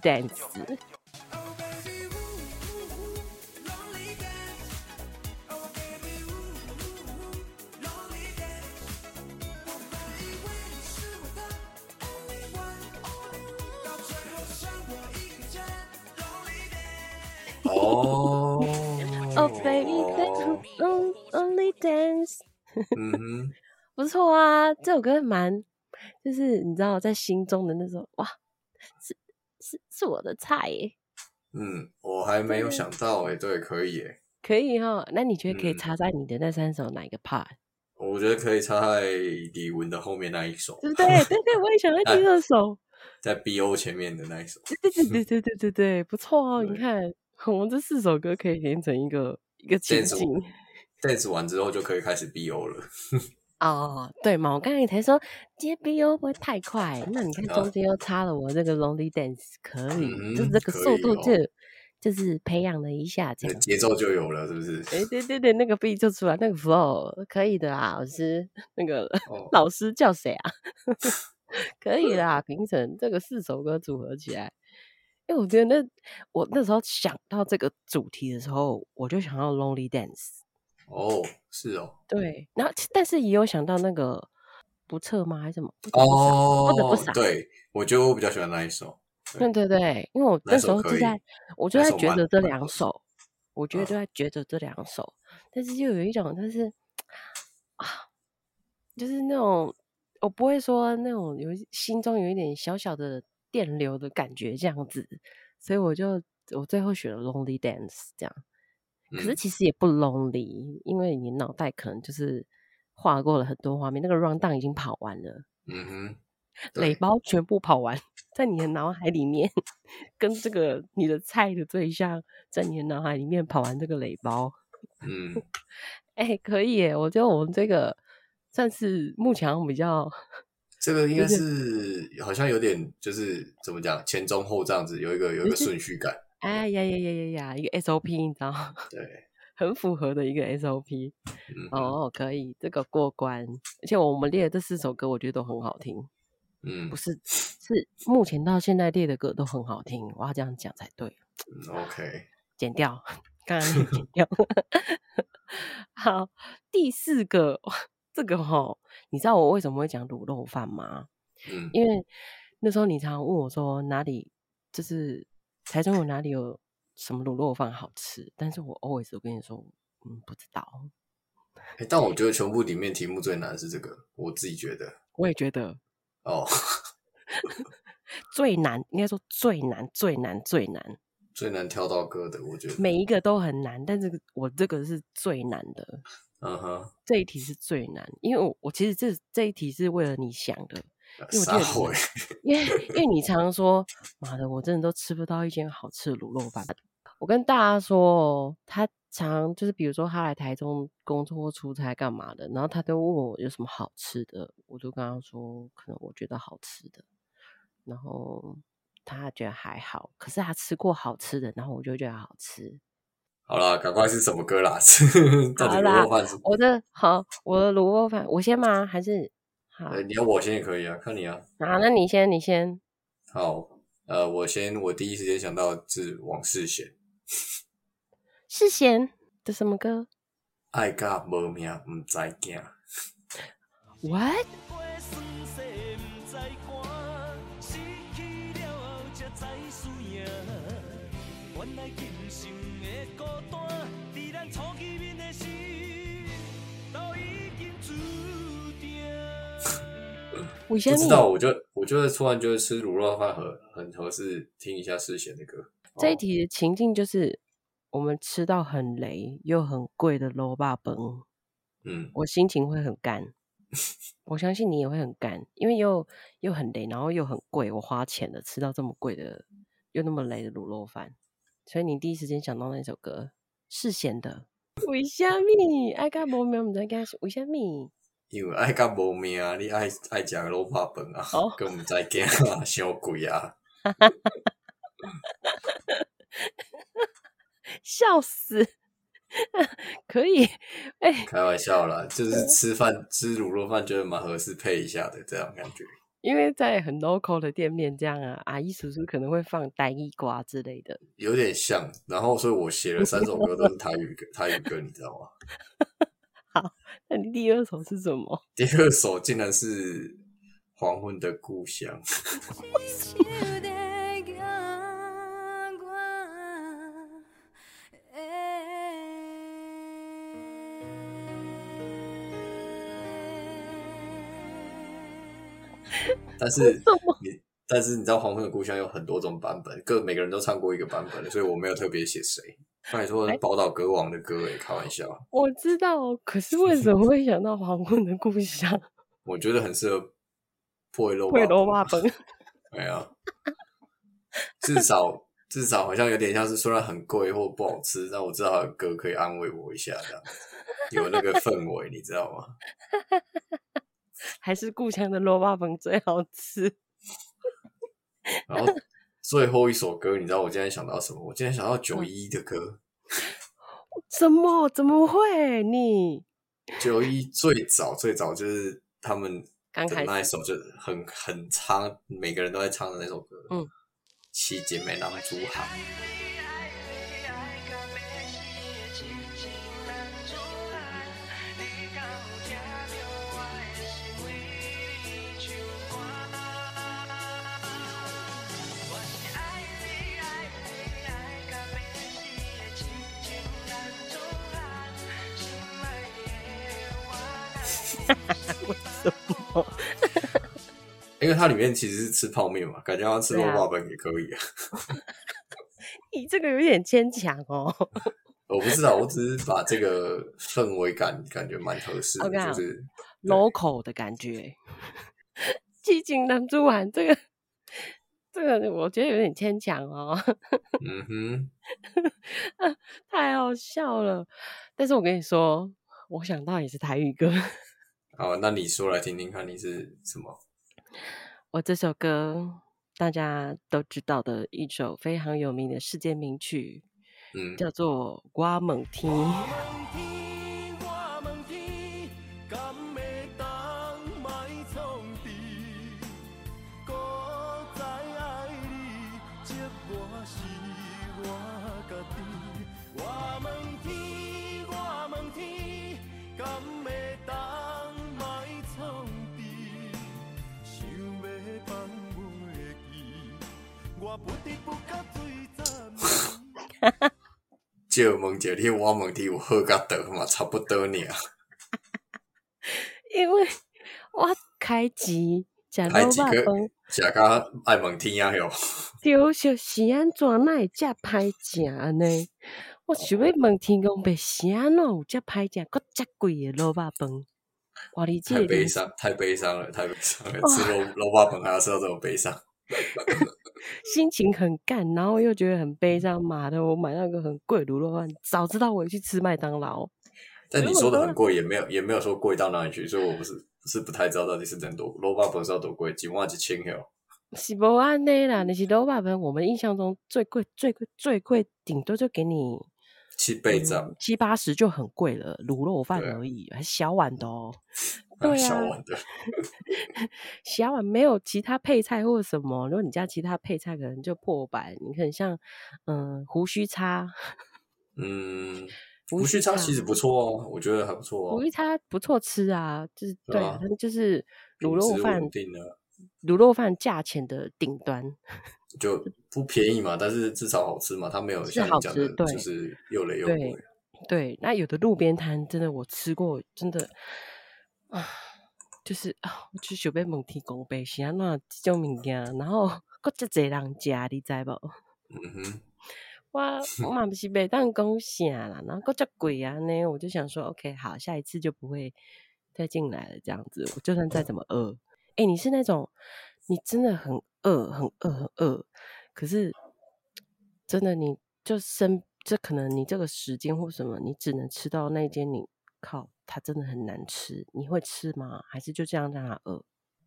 Dance》。Oh baby, only dance 不错啊，这首歌就是你知道在心中的那种哇，是我的菜耶。 我还没有想到耶，对，可以耶， 可以齁。那你觉得可以插在你的那3首哪一个 part？ 我觉得可以插在李玟的后面那一首， 对不对？对，我也想要听2首， 在 BO 前面的那一首。 对，不错哦。你看，我们这4首歌可以连成一个情景。 dance 完之后就可以开始 BO 了。 对嘛？我刚才才说接 BO 会不会太快？那你看中间又插了我这个 Lonely Dance， 可以，就是这个速度就是培养了一下，这样节奏就有了，是不是？ 对，那个 beat 就出来，那个 flow 可以的啦。老师，那个老师叫谁啊？可以啦，评审这个4首歌组合起来，因为我觉得我那时候想到这个主题的时候，我就想到 Lonely Dance。 是哦。 对，然后但是也有想到那个不测吗？还是什么？不得不傻。 对，我觉得我比较喜欢那一首。 对，因为我那时候我就在觉得这2首，但是又有一种就是那种我不会说那种心中有一点小小的电流的感觉这样子，所以我最后选了 Lonely Dance 这样。可是其实也不 lonely， 因为你脑袋可能就是画过了很多画面，那个 run down 已经跑完了，垒包全部跑完，在你的脑海里面，跟这个你的菜的对象在你的脑海里面跑完这个垒包。可以耶，我觉得我们这个算是目前比较， 这个应该是好像有点就是怎么讲，前中后这样子，有一个顺序感。 一个 SOP 你知道吗？ 对， 很符合的一个 SOP。可以，这个过关。而且我们列的这4首歌，我觉得都很好听。不是目前到现在列的歌都很好听，我要这样讲才对。 OK， 剪掉，刚刚剪掉。好，第4个，这个你知道我为什么会讲卤肉饭吗？因为那时候你常常问我说哪里就是台中有哪里有什么卤肉饭好吃，但是我 always 都跟你说不知道。 但我觉得全部里面题目最难是这个，我自己觉得。 我也觉得最难，应该说最难挑到歌的，我觉得每一个都很难，但是我这个是最难的。这一题是最难，因为我其实这一题是为了你想的，因为你常常说妈的，我真的都吃不到一间好吃的卤肉饭。我跟大家说他常就是比如说他来台中工作或出差干嘛的，然后他都问我有什么好吃的，我就跟他说可能我觉得好吃的，然后他觉得还好，可是他吃过好吃的，然后我就觉得好吃。 好啦，赶快是什么歌啦？到底好啦， 卤肉饭是？ 我的卤肉饭，我先吗？还是好？ 你要我先也可以啊，看你啊。 好，那你先。 好，我第一时间想到是王世贤， 世贤的什么歌爱甲无命不知惊。 ？What？ 不知道，我就突然觉得吃卤肉饭很合适，听一下世贤的歌。 这一题的情境就是我们吃到很雷又很贵的肉霸崩，我心情会很干。我相信你也会很干，因为又很雷，然后又很贵，我花钱了吃到这么贵的又那么雷的卤肉饭，所以你第一时间想到那首歌世贤的为什么爱甲无命不知惊，为什么？ 因为爱甲无命，你爱食卤肉饭啊，跟唔知惊啊，伤贵啊。 笑死。可以开玩笑啦，就是吃卤肉饭觉得蛮合适配一下的这样感觉。 因为在很 local 的店面这样啊，阿姨叔叔可能会放台语歌之类的， 有点像。然后所以我写了3首歌都是台语歌，你知道吗？ 好，那你第二首是什么？ 第二首竟然是黄昏的故乡。但是你知道黄昏的故乡有很多种版本，每个人都唱过一个版本，所以我没有特别写谁。拜托，宝岛歌王的歌开玩笑。 我知道，可是为什么会想到黄昏的故乡？ 我觉得很适合配肉霸崩。 对啊，至少好像有点像是虽然很贵或不好吃，但我知道他的歌可以安慰我一下，这样有那个氛围，你知道吗？ 还是故乡的肉霸崩最好吃。 然后最后一首歌，你知道我今天想到什么？我今天想到911的歌。 什么？怎么会？你 911最早就是他们的那一首，就是很唱，每个人都在唱的那首歌。七姐妹男主行。 为什么？ 因为它里面其实是吃泡面嘛，感觉要吃肉霸本也可以啊。 你这个有点牵强哦。 我不知道，我只是把这个氛围感觉蛮合适的， okay, 就是 local 的感觉。激情男主玩这个我觉得有点牵强哦。太好笑了。但是我跟你说，我想到也是台语歌。 好，那你说来听听看，你是什么？ 我这首歌大家都知道的一首非常有名的世界名曲，叫做《我问天》。 借问一你，我问题有好甲倒嘛，差不多尔。 因为我开钱吃肉肉饭， 食甲爱问天啊哟。 就是是安怎哪会遮歹食安尼？我想要问天公伯是安怎有遮歹食，搁遮贵的肉肉饭？哇，你这太悲伤了，吃肉肉饭还要吃到这么悲伤。 心情很干，然后又觉得很悲伤。妈的，我买那个很贵的卤肉饭，早知道我去吃麦当劳。 但你说的很贵，也没有说贵到哪里去，所以我不是不太知道到底是多肉饭是要多贵，1万1000 是不安内啦，那些萝卜饭我们印象中最贵，顶多就给你 7、8 七八十就很贵了，卤肉饭对啊， 而已，还小碗的哦。 啊， 对啊， 小碗的， 小碗没有其他配菜或什么，如果你加其他配菜，可能就破百。你可能像胡须叉，胡胡须须叉， 叉其实不错哦，我觉得还不错哦， 胡须叉不错吃啊，就是对啊， 对啊， 它就是卤品质肉饭， 稳定啊， 卤肉饭价钱的顶端就不便宜嘛，但是至少好吃嘛，它没有是好吃， 像你讲的，就对是又累又贵。 对对。那有的路边摊真的我吃过，真的啊，就是啊，我就想要问天公伯是安怎这种物件，然后佫遮济人食，你知无？ 嗯哼， 我嘛不是袂当讲啥啦，然后佫遮贵啊呢，我就想说，OK，好，下一次就不会再进来了，这样子，我就算再怎么饿，你是那种你真的很饿，很饿，很饿，可是真的你就这可能你这个时间或什么，你只能吃到那间，你靠，它真的很难吃，你会吃吗？还是就这样让它饿？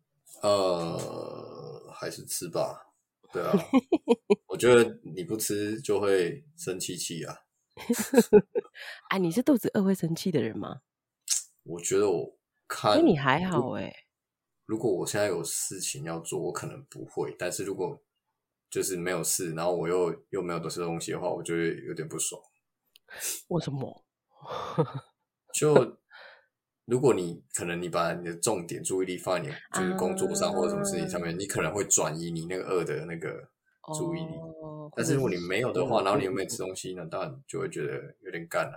还是吃吧，对啊，我觉得你不吃就会生气啊。 哎，你是肚子饿会生气的人吗？ 我觉得我看， 所以你还好如果我现在有事情要做，我可能不会，但是如果就是没有事，然后我又没有吃东西的话，我就会有点不爽。 为什么？ 就如果可能你把你的重点注意力放在你就是工作上或者什么事情上面，你可能会转移你那个饿的那个注意力。但是如果你没有的话，然后你又没有吃东西，那当然就会觉得有点干了。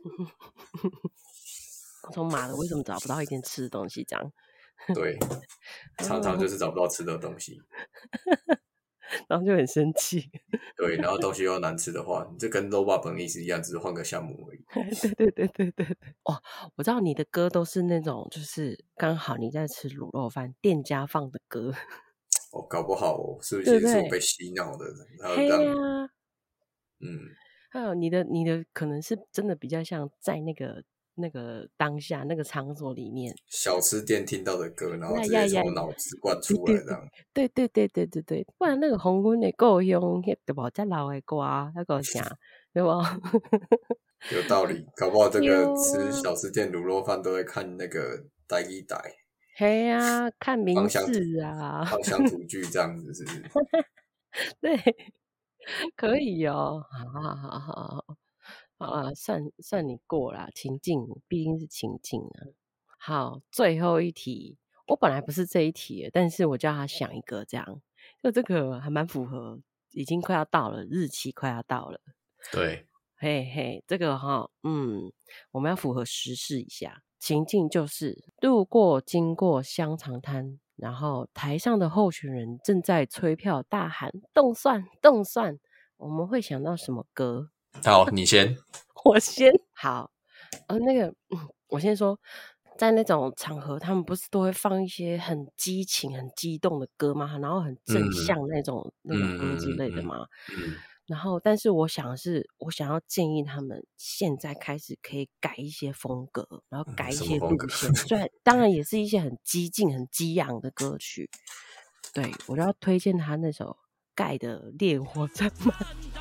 从妈的，为什么找不到一点吃的东西？这样对，常常就是找不到吃的东西。 然后就很生气。 对，然后东西又难吃的话，你这跟肉霸本意思一样，只是换个项目而已。 对。哦，我知道你的歌都是那种，就是刚好你在吃卤肉饭，店家放的歌。 哦，搞不好是不是对不对？ 其实是我被洗脑的，然后嘿让啊， 嗯， 还有你的可能是真的比较像在那个当下那个场所里面， 小吃店听到的歌，然后直呀接从我脑子灌对对出来这样。 对，不然那个黄昏的故乡，迄对无遮老的歌，那个啥，对不？ 有道理，搞不好这对个啊吃小吃店卤肉饭都会看那个台语台嘿啊，看名芳香字啊， 芳香土剧这样子，是不是？ 对，可以哦，好啊，算你过啦，情境毕竟是情境啊。好，最后一题，我本来不是这一题的，但是我叫他想一个这样，就这个还蛮符合，已经快要到了，日期快要到了， 对， 嘿嘿，这个我们要符合时事一下。情境就是经过香肠摊，然后台上的候选人正在催票大喊动算动算，我们会想到什么歌？ 好，你先。 我先好，我先说，在那种场合，他们不是都会放一些很激情、很激动的歌吗？然后很正向那种歌之类的嘛。然后，但是我想要建议他们现在开始可以改一些风格，然后改一些路线。虽然当然也是一些很激进、很激昂的歌曲。对，我就要推荐他那首盖的《烈火战马》。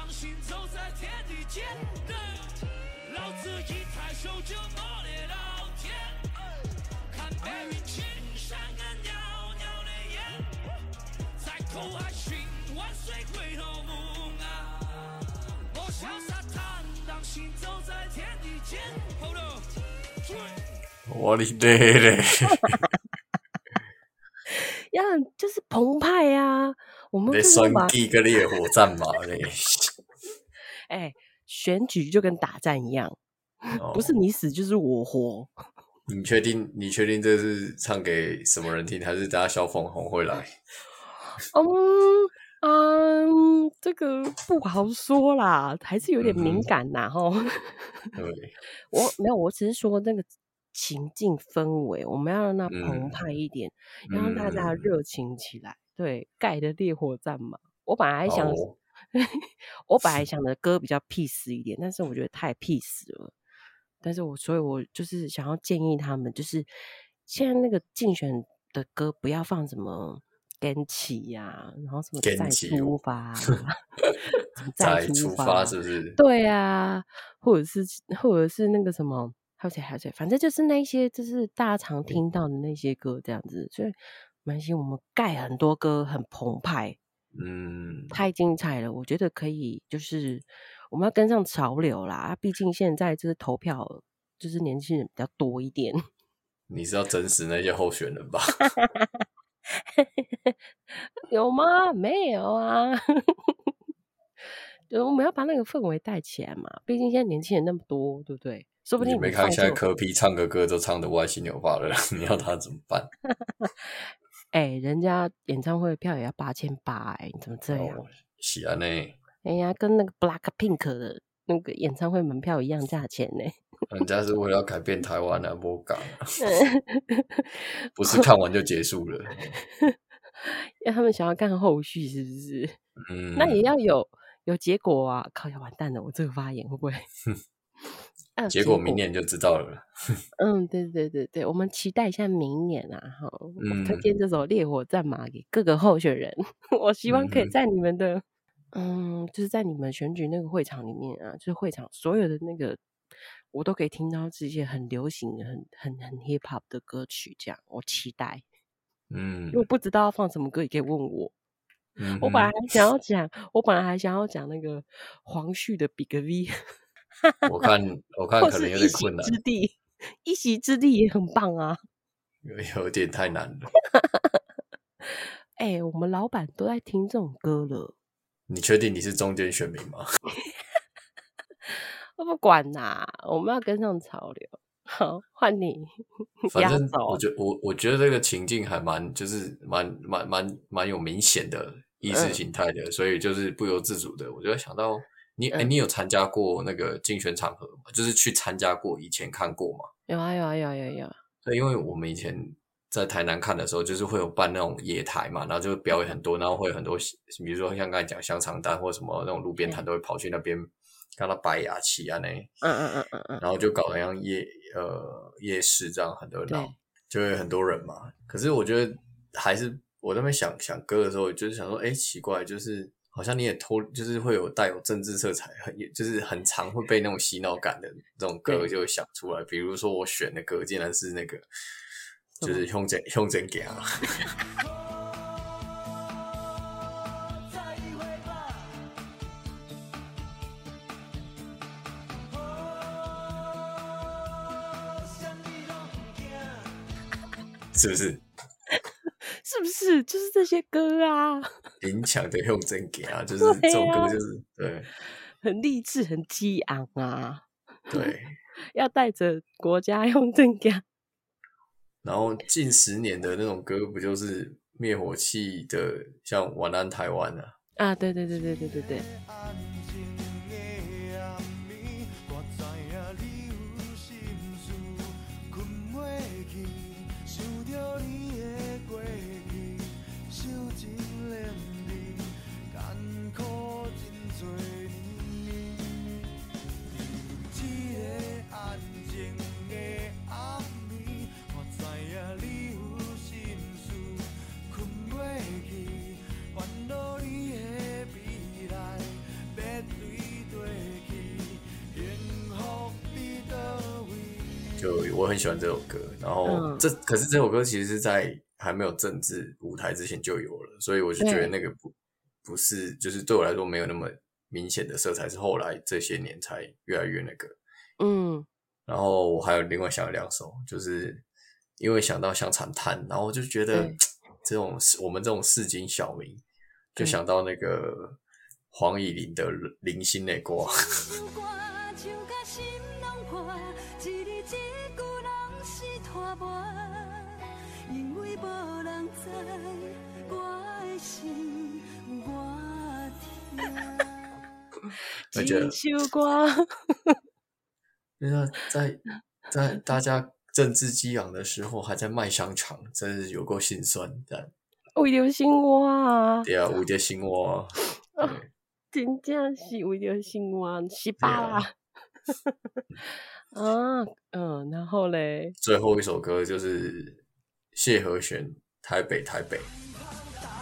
我的累嘞， 要就是澎湃啊！我们你选举跟烈火战马嘞。 选举就跟打仗一样，不是你死就是我活。 你确定这是唱给什么人听，还是大家小粉红会来？ 这个不好说啦，还是有点敏感呐吼。 对， 我只是说那个情境氛围，我们要让它澎湃一点，要让大家热情起来。对，盖的烈火战马，我本来想的歌比较 peace 一点，但是我觉得太 peace 了。但是所以我就是想要建议他们，就是现在那个竞选的歌不要放什么跟起呀，然后什么再跟起出发啊，什么再出出发是不是？ 对啊，或者是那个什么，还有谁，反正就是那些就是大家常听到的那些歌这样子，所以没关系，我们盖很多歌很澎湃，太精彩了，我觉得可以，就是我们要跟上潮流啦，毕竟现在就是投票就是年轻人比较多一点。 你是要整死那些候选人吧？ 有吗？没有啊。我们要把那个氛围带起来嘛，毕竟现在年轻人那么多，对不对？说不定你没看现在柯 P 唱个歌都唱得歪七扭八了，你要他怎么办？ 人家演唱会票也要8800，你怎么这样？ 是啊呢。 哎呀，跟那个 Blackpink 的那个演唱会门票一样价钱呢。 人家是为了要改变台湾啊，不港啊，不是看完就结束了。 因为他们想要看后续，是不是？那也要有结果啊！靠呀，完蛋了，我这个发言会不会？ 结果明年就知道了。 对，我们期待一下明年啊！哈，我推荐这首《烈火战马》给各个候选人，我希望可以在你们的，就是在你们选举那个会场里面啊，就是会场所有的那个，我都可以听到这些很流行的、很 hip hop 的歌曲，这样我期待。如果不知道要放什么歌，也可以问我。我本来还想要讲那个黄旭的《比个 V》。 我看可能有点困难。 一席之地也很棒啊， 有点太难了。 我们老板都在听这种歌了。 你确定你是中间选民吗？ 我不管啦，我们要跟上潮流。好，换你。 反正我觉得这个情境还蛮就是蛮有明显的意识形态的，所以就是不由自主的，我就会想到你有参加过那个竞选场合吗？就是去参加过，以前看过吗？ 有啊。 对，因为我们以前在台南看的时候，就是会有办那种野台嘛，然后就表演很多，然后会有很多，比如说像刚才讲香肠摊或什么那种路边摊，都会跑去那边看到摆牙旗啊然后就搞得像夜市这样很热闹，就会很多人嘛。可是我觉得还是我在那边想歌的时候，就是想说，奇怪，就是好像你也就是会有带有政治色彩，就是很常会被那种洗脑感的这种歌就会想出来。比如说我选的歌竟然是那个，就是向前行。是不是？ 是不是就是这些歌啊？ 影响的向前行啊，就是这种歌，就是对， 很励志，很激昂啊。 对， 要带着国家向前行。 然后近10年的那种歌，不就是灭火器的，像《晚安台湾》啊？ 对。 就我很喜欢这首歌，然后可是这首歌其实是在还没有政治舞台之前就有了，所以我就觉得那个不是，就是对我来说没有那么明显的色彩，是后来这些年才越来越那个。然后我还有另外想了2首，就是因为想到香肠摊，然后我就觉得我们这种市井小民，就想到那个黄以玲的《零星的歌》。因为无人知我的心我听这首歌在大家政治激昂的时候还在卖香肠，真是有够心酸的。为着生活啊，对啊，为着生活真正是为着生活18啦。然后嘞，最后一首歌就是谢和弦《台北》。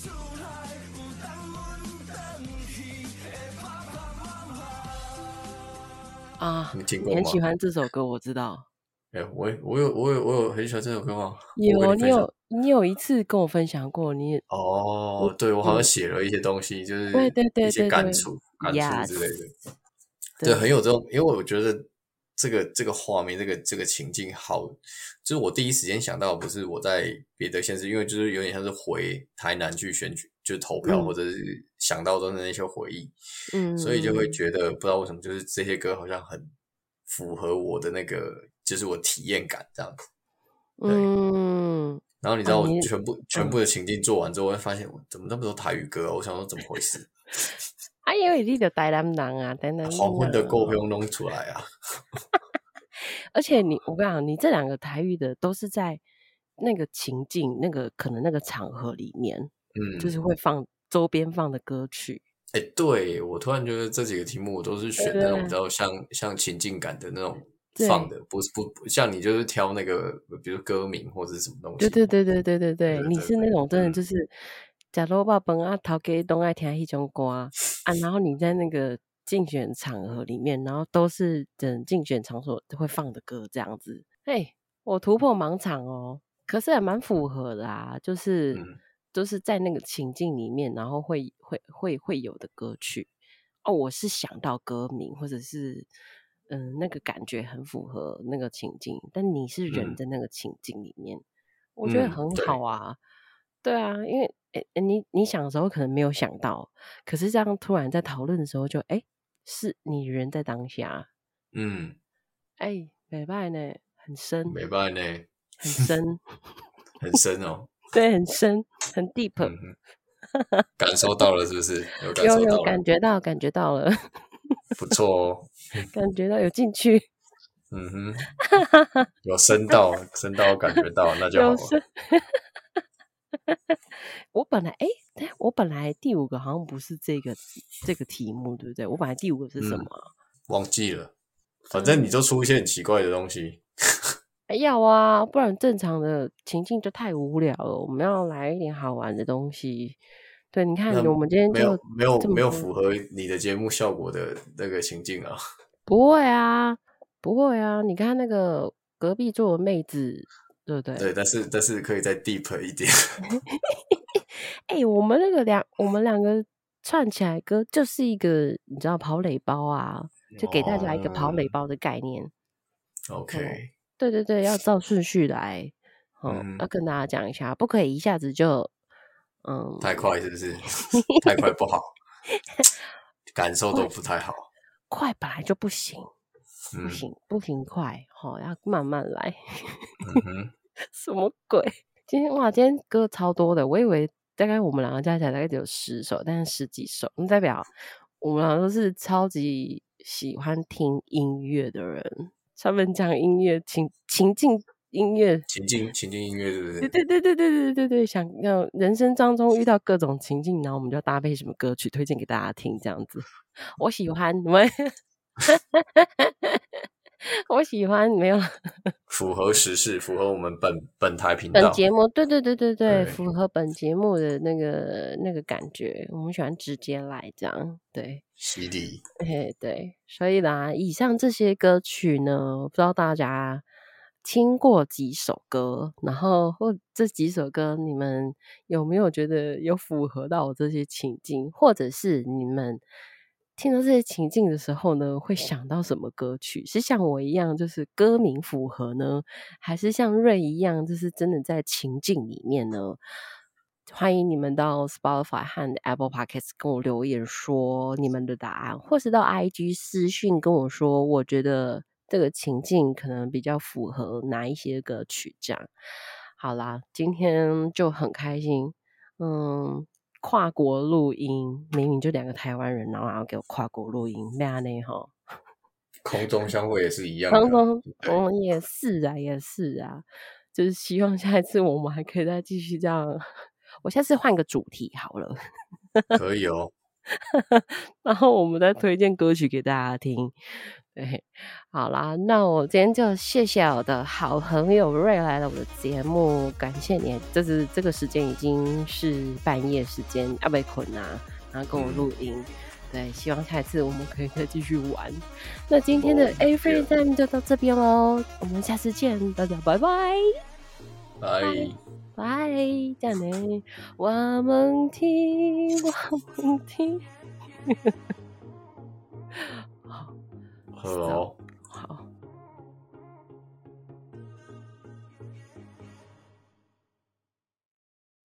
啊， 你听过吗？ 很喜欢这首歌，我知道。 我有很喜欢这首歌吗？我有跟你分享。 你有一次跟我分享过，你哦，对，我好像写了一些东西，就是对一些感对触 ，yes， 之类的。 对， 很有这种，因为我觉得这个画面，这个情境好，就是我第一时间想到不是我在别的县市，因为就是有点像是回台南去选举，就是投票，或者是想到的那些回忆，所以就会觉得不知道为什么，就是这些歌好像很符合我的那个，就是我体验感这样子。对，然后你知道我全部的情境做完之后，我会发现我怎么那么多台语歌啊？我想说怎么回事？ 因为你就台南人啊，台南人黄昏的歌不用弄出来啊！ 而且我跟你讲，你这两个台语的都是在那个情境、可能那个场合里面，就是会放周边放的歌曲。 对，我突然觉得这几个题目我都是选那种比较像情境感的那种放的，不像你就是挑那个比如歌名或者是什么东西。 对，你是那种真的就是假如爸饭啊，头家都爱听迄种歌啊，然后你在那个竞选场合里面，然后都是整竞选场所会放的歌这样子。我突破盲场哦，可是也蛮符合的啊，就是在那个情境里面，然后会有的歌曲哦。我是想到歌名或者是那个感觉很符合那个情境，但你是人在那个情境里面，我觉得很好啊。对啊，因为你想的时候可能没有想到，可是这样突然在讨论的时候就是你人在当下。没办呢，很深， 没办呢， 很深， 很深哦。 对，很深，很 deep。 感受到了是不是？有感觉到了，不错哦， 感觉到有进去。 有深到感觉到，那就好了。 我本来第5个好像不是这个题目，对不对？我本来第5个是什么忘记了，反正你就出一些很奇怪的东西。 要啊，不然正常的情境就太无聊了。我们要来一点好玩的东西。对，你看我们今天就没有符合你的节目效果的那个情境啊。 不会啊，你看那个隔壁座的妹子，对不对？ 对，但是可以再 deep 一点。 我们两个串起来歌就是一个你知道跑垒包啊，就给大家一个跑垒包的概念。 OK。 对，要照顺序来。要跟大家讲一下，不可以一下子就太快是不是？太快不好，感受都不太好。 快本来就不行，不行快，要慢慢来。什么鬼？今天歌超多的，我以为大概我们两个加起来大概只有10首，但是10几首，那代表我们两个都是超级喜欢听音乐的人。他们讲音乐情境音乐， 情境音乐，是不是？ 对，想要人生当中遇到各种情境，然后我们就搭配什么歌曲推荐给大家听，这样子。我喜欢你们，我喜欢没有符合时事，符合我们本台频道本节目，对，符合本节目的那个感觉，我们喜欢直接来这样，对， 犀利， 对，所以啦，以上这些歌曲呢，不知道大家听过几首歌，然后或这几首歌你们有没有觉得有符合到我这些情境，或者是你们听到这些情境的时候呢，会想到什么歌曲？是像我一样就是歌名符合呢，还是像瑞一样就是真的在情境里面呢？欢迎你们到 Spotify 和 Apple Podcast 跟我留言说你们的答案，或是到 IG 私讯跟我说，我觉得这个情境可能比较符合哪一些歌曲这样。好啦，今天就很开心，跨国录音，明明就2个台湾人，然后给我跨国录音，没安内齁。 空中相会也是一样的。 也是啊，就是希望下一次我们还可以再继续这样。我下次换个主题好了。 可以哦。 然后我们再推荐歌曲给大家听。 对，好啦，那我今天就谢谢我的好朋友瑞来了我的节目，感谢你，这个时间已经是半夜时间，要被困啊，然后跟我录音。对，希望下一次我们可以再继续玩。那今天的 A Free Time 就到这边喽，我们下次见，大家拜拜， 拜。 拜，这样呢，我们听， 好哦。